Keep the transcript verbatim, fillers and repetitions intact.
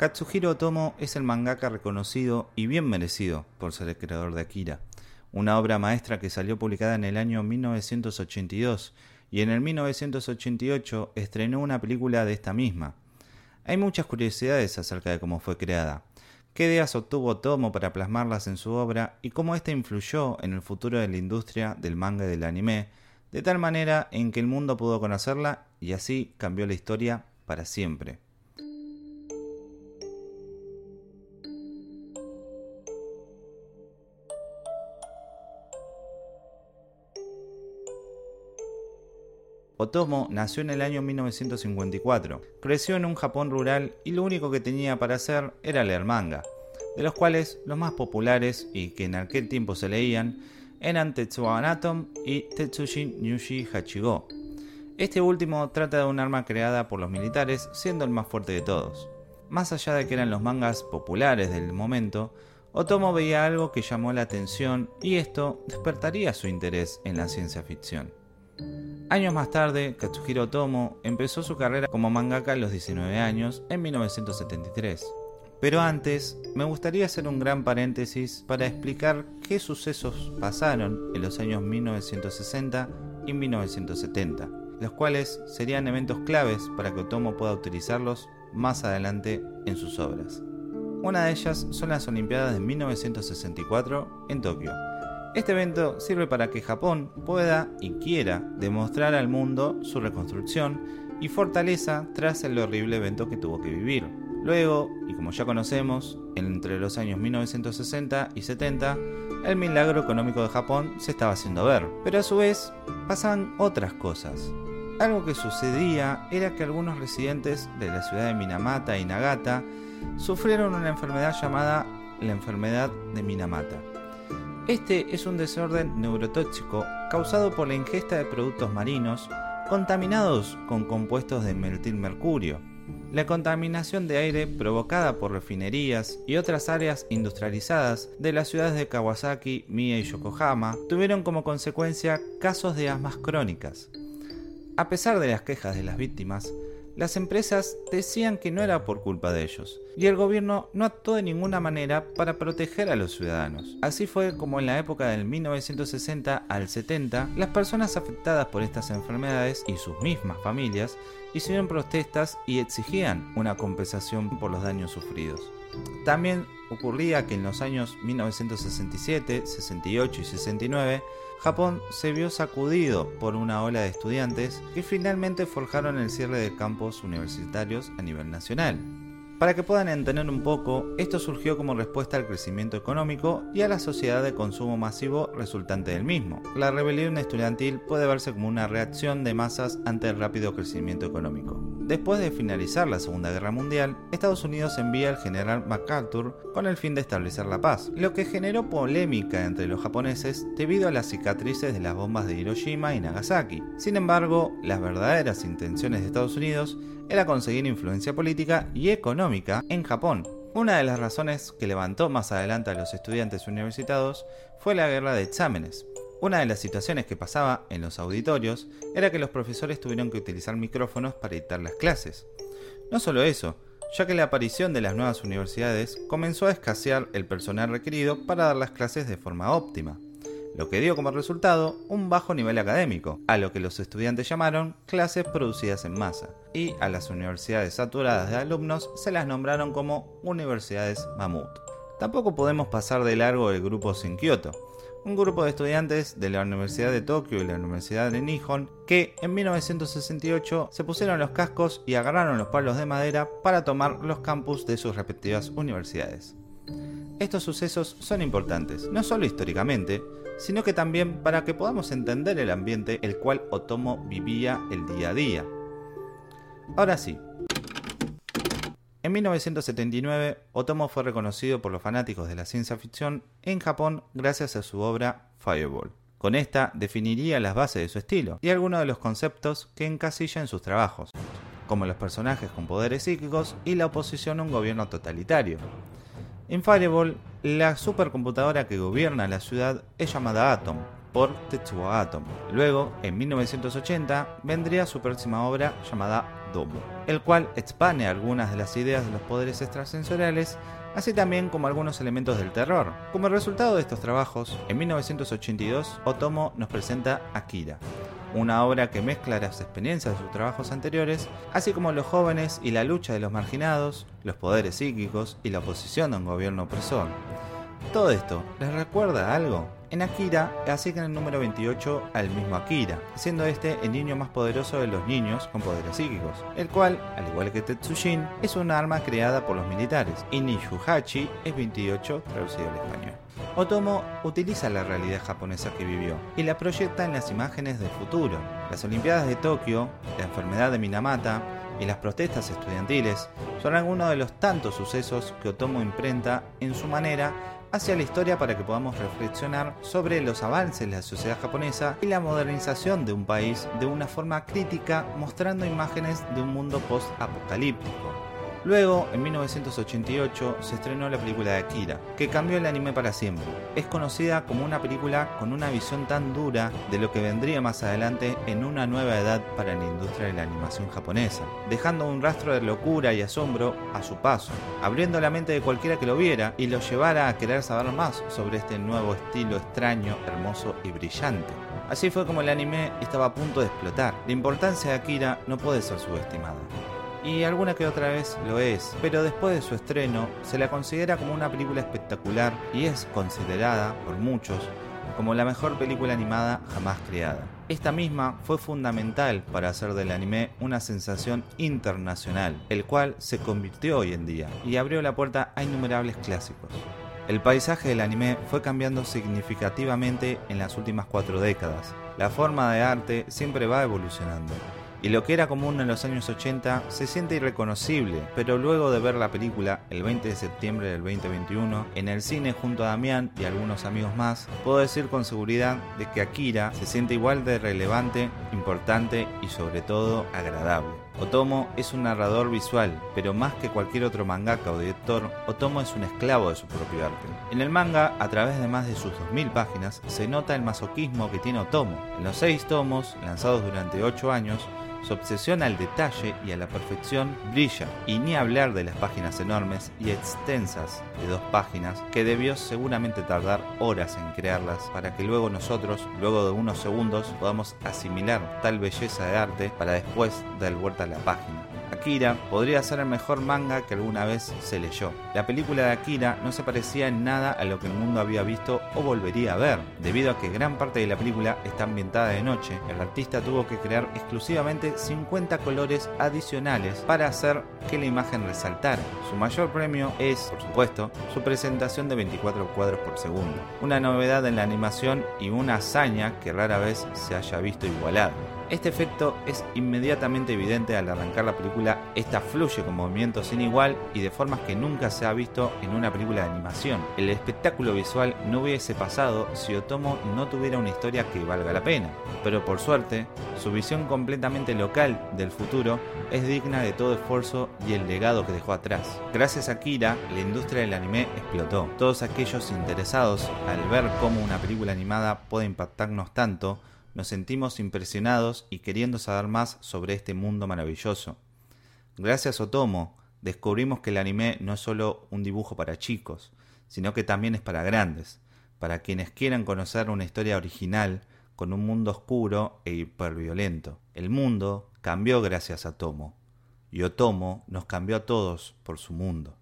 Katsuhiro Otomo es el mangaka reconocido y bien merecido por ser el creador de Akira, una obra maestra que salió publicada en el año mil novecientos ochenta y dos y en el mil novecientos ochenta y ocho estrenó una película de esta misma. Hay muchas curiosidades acerca de cómo fue creada, qué ideas obtuvo Otomo para plasmarlas en su obra y cómo ésta influyó en el futuro de la industria del manga y del anime, de tal manera en que el mundo pudo conocerla y así cambió la historia para siempre. Otomo nació en el año mil novecientos cincuenta y cuatro, creció en un Japón rural y lo único que tenía para hacer era leer manga, de los cuales los más populares y que en aquel tiempo se leían eran Tetsuo Anatom y Tetsujin Nyushi Hachigo. Este último trata de un arma creada por los militares, siendo el más fuerte de todos. Más allá de que eran los mangas populares del momento, Otomo veía algo que llamó la atención y esto despertaría su interés en la ciencia ficción. Años más tarde, Katsuhiro Otomo empezó su carrera como mangaka a los diecinueve años, en mil novecientos setenta y tres. Pero antes, me gustaría hacer un gran paréntesis para explicar qué sucesos pasaron en los años mil novecientos sesenta y mil novecientos setenta, los cuales serían eventos claves para que Otomo pueda utilizarlos más adelante en sus obras. Una de ellas son las Olimpiadas de mil novecientos sesenta y cuatro en Tokio. Este evento sirve para que Japón pueda y quiera demostrar al mundo su reconstrucción y fortaleza tras el horrible evento que tuvo que vivir. Luego, y como ya conocemos, entre los años mil novecientos sesenta y setenta, el milagro económico de Japón se estaba haciendo ver, pero a su vez pasaban otras cosas. Algo que sucedía era que algunos residentes de la ciudad de Minamata y Nagata sufrieron una enfermedad llamada la enfermedad de Minamata. Este es un desorden neurotóxico causado por la ingesta de productos marinos contaminados con compuestos de metilmercurio. La contaminación de aire provocada por refinerías y otras áreas industrializadas de las ciudades de Kawasaki, Mie y Yokohama tuvieron como consecuencia casos de asmas crónicas. A pesar de las quejas de las víctimas, las empresas decían que no era por culpa de ellos, y el gobierno no actuó de ninguna manera para proteger a los ciudadanos. Así fue como en la época del mil novecientos sesenta al setenta, las personas afectadas por estas enfermedades y sus mismas familias hicieron protestas y exigían una compensación por los daños sufridos. También ocurría que en los años mil novecientos sesenta y siete, sesenta y ocho y sesenta y nueve, Japón se vio sacudido por una ola de estudiantes que finalmente forjaron el cierre de campos universitarios a nivel nacional. Para que puedan entender un poco, esto surgió como respuesta al crecimiento económico y a la sociedad de consumo masivo resultante del mismo. La rebelión estudiantil puede verse como una reacción de masas ante el rápido crecimiento económico. Después de finalizar la Segunda Guerra Mundial, Estados Unidos envía al general MacArthur con el fin de establecer la paz, lo que generó polémica entre los japoneses debido a las cicatrices de las bombas de Hiroshima y Nagasaki. Sin embargo, las verdaderas intenciones de Estados Unidos era conseguir influencia política y económica en Japón. Una de las razones que levantó más adelante a los estudiantes universitarios fue la guerra de exámenes. Una de las situaciones que pasaba en los auditorios era que los profesores tuvieron que utilizar micrófonos para dictar las clases. No solo eso, ya que la aparición de las nuevas universidades comenzó a escasear el personal requerido para dar las clases de forma óptima, lo que dio como resultado un bajo nivel académico, a lo que los estudiantes llamaron clases producidas en masa, y a las universidades saturadas de alumnos se las nombraron como universidades mamut. Tampoco podemos pasar de largo el grupo Senkyoto, un grupo de estudiantes de la Universidad de Tokio y la Universidad de Nihon que en mil novecientos sesenta y ocho se pusieron los cascos y agarraron los palos de madera para tomar los campus de sus respectivas universidades. Estos sucesos son importantes, no solo históricamente, sino que también para que podamos entender el ambiente el cual Otomo vivía el día a día. Ahora sí. En mil novecientos setenta y nueve, Otomo fue reconocido por los fanáticos de la ciencia ficción en Japón gracias a su obra Fireball. Con esta definiría las bases de su estilo y algunos de los conceptos que encasilla en sus trabajos, como los personajes con poderes psíquicos y la oposición a un gobierno totalitario. En Fireball, la supercomputadora que gobierna la ciudad es llamada Atom, por Tetsuo Atomo. Luego, en mil novecientos ochenta, vendría su próxima obra llamada Domo, el cual expande algunas de las ideas de los poderes extrasensoriales, así también como algunos elementos del terror. Como resultado de estos trabajos, en mil novecientos ochenta y dos, Otomo nos presenta Akira, una obra que mezcla las experiencias de sus trabajos anteriores, así como los jóvenes y la lucha de los marginados, los poderes psíquicos y la oposición a un gobierno opresor. ¿Todo esto les recuerda algo? En Akira asignan el número veintiocho al mismo Akira, siendo este el niño más poderoso de los niños con poderes psíquicos, el cual, al igual que Tetsujin, es un arma creada por los militares, y Ninshuhachi es veintiocho traducido al español. Otomo utiliza la realidad japonesa que vivió y la proyecta en las imágenes del futuro. Las Olimpiadas de Tokio, la enfermedad de Minamata y las protestas estudiantiles son algunos de los tantos sucesos que Otomo imprenta en su manera hacia la historia para que podamos reflexionar sobre los avances de la sociedad japonesa y la modernización de un país de una forma crítica, mostrando imágenes de un mundo post-apocalíptico. Luego, en mil novecientos ochenta y ocho, se estrenó la película de Akira, que cambió el anime para siempre. Es conocida como una película con una visión tan dura de lo que vendría más adelante en una nueva edad para la industria de la animación japonesa, dejando un rastro de locura y asombro a su paso, abriendo la mente de cualquiera que lo viera y lo llevara a querer saber más sobre este nuevo estilo extraño, hermoso y brillante. Así fue como el anime estaba a punto de explotar. La importancia de Akira no puede ser subestimada. Y alguna que otra vez lo es, pero después de su estreno se la considera como una película espectacular y es considerada por muchos como la mejor película animada jamás creada. Esta misma fue fundamental para hacer del anime una sensación internacional, el cual se convirtió hoy en día y abrió la puerta a innumerables clásicos. El paisaje del anime fue cambiando significativamente en las últimas cuatro décadas. La forma de arte siempre va evolucionando. Y lo que era común en los años ochenta se siente irreconocible, pero luego de ver la película el veinte de septiembre del veinte veintiuno en el cine junto a Damián y algunos amigos más, puedo decir con seguridad de que Akira se siente igual de relevante, importante y sobre todo agradable. Otomo es un narrador visual, pero más que cualquier otro mangaka o director, Otomo es un esclavo de su propio arte. En el manga, a través de más de sus dos mil páginas, se nota el masoquismo que tiene Otomo. En los seis tomos, lanzados durante ocho años, su obsesión al detalle y a la perfección brilla, y ni hablar de las páginas enormes y extensas de dos páginas que debió seguramente tardar horas en crearlas para que luego nosotros, luego de unos segundos, podamos asimilar tal belleza de arte para después dar vuelta a la página. Akira podría ser el mejor manga que alguna vez se leyó. La película de Akira no se parecía en nada a lo que el mundo había visto o volvería a ver. Debido a que gran parte de la película está ambientada de noche, el artista tuvo que crear exclusivamente cincuenta colores adicionales para hacer que la imagen resaltara. Su mayor premio es, por supuesto, su presentación de veinticuatro cuadros por segundo, una novedad en la animación y una hazaña que rara vez se haya visto igualada. Este efecto es inmediatamente evidente al arrancar la película. Esta fluye con movimientos sin igual y de formas que nunca se ha visto en una película de animación. El espectáculo visual no hubiese pasado si Otomo no tuviera una historia que valga la pena, pero por suerte, su visión completamente local del futuro es digna de todo esfuerzo y el legado que dejó atrás. Gracias a Akira, la industria del anime explotó. Todos aquellos interesados, al ver cómo una película animada puede impactarnos tanto, nos sentimos impresionados y queriendo saber más sobre este mundo maravilloso. Gracias a Otomo, descubrimos que el anime no es solo un dibujo para chicos, sino que también es para grandes, para quienes quieran conocer una historia original con un mundo oscuro e hiperviolento. El mundo cambió gracias a Otomo, y Otomo nos cambió a todos por su mundo.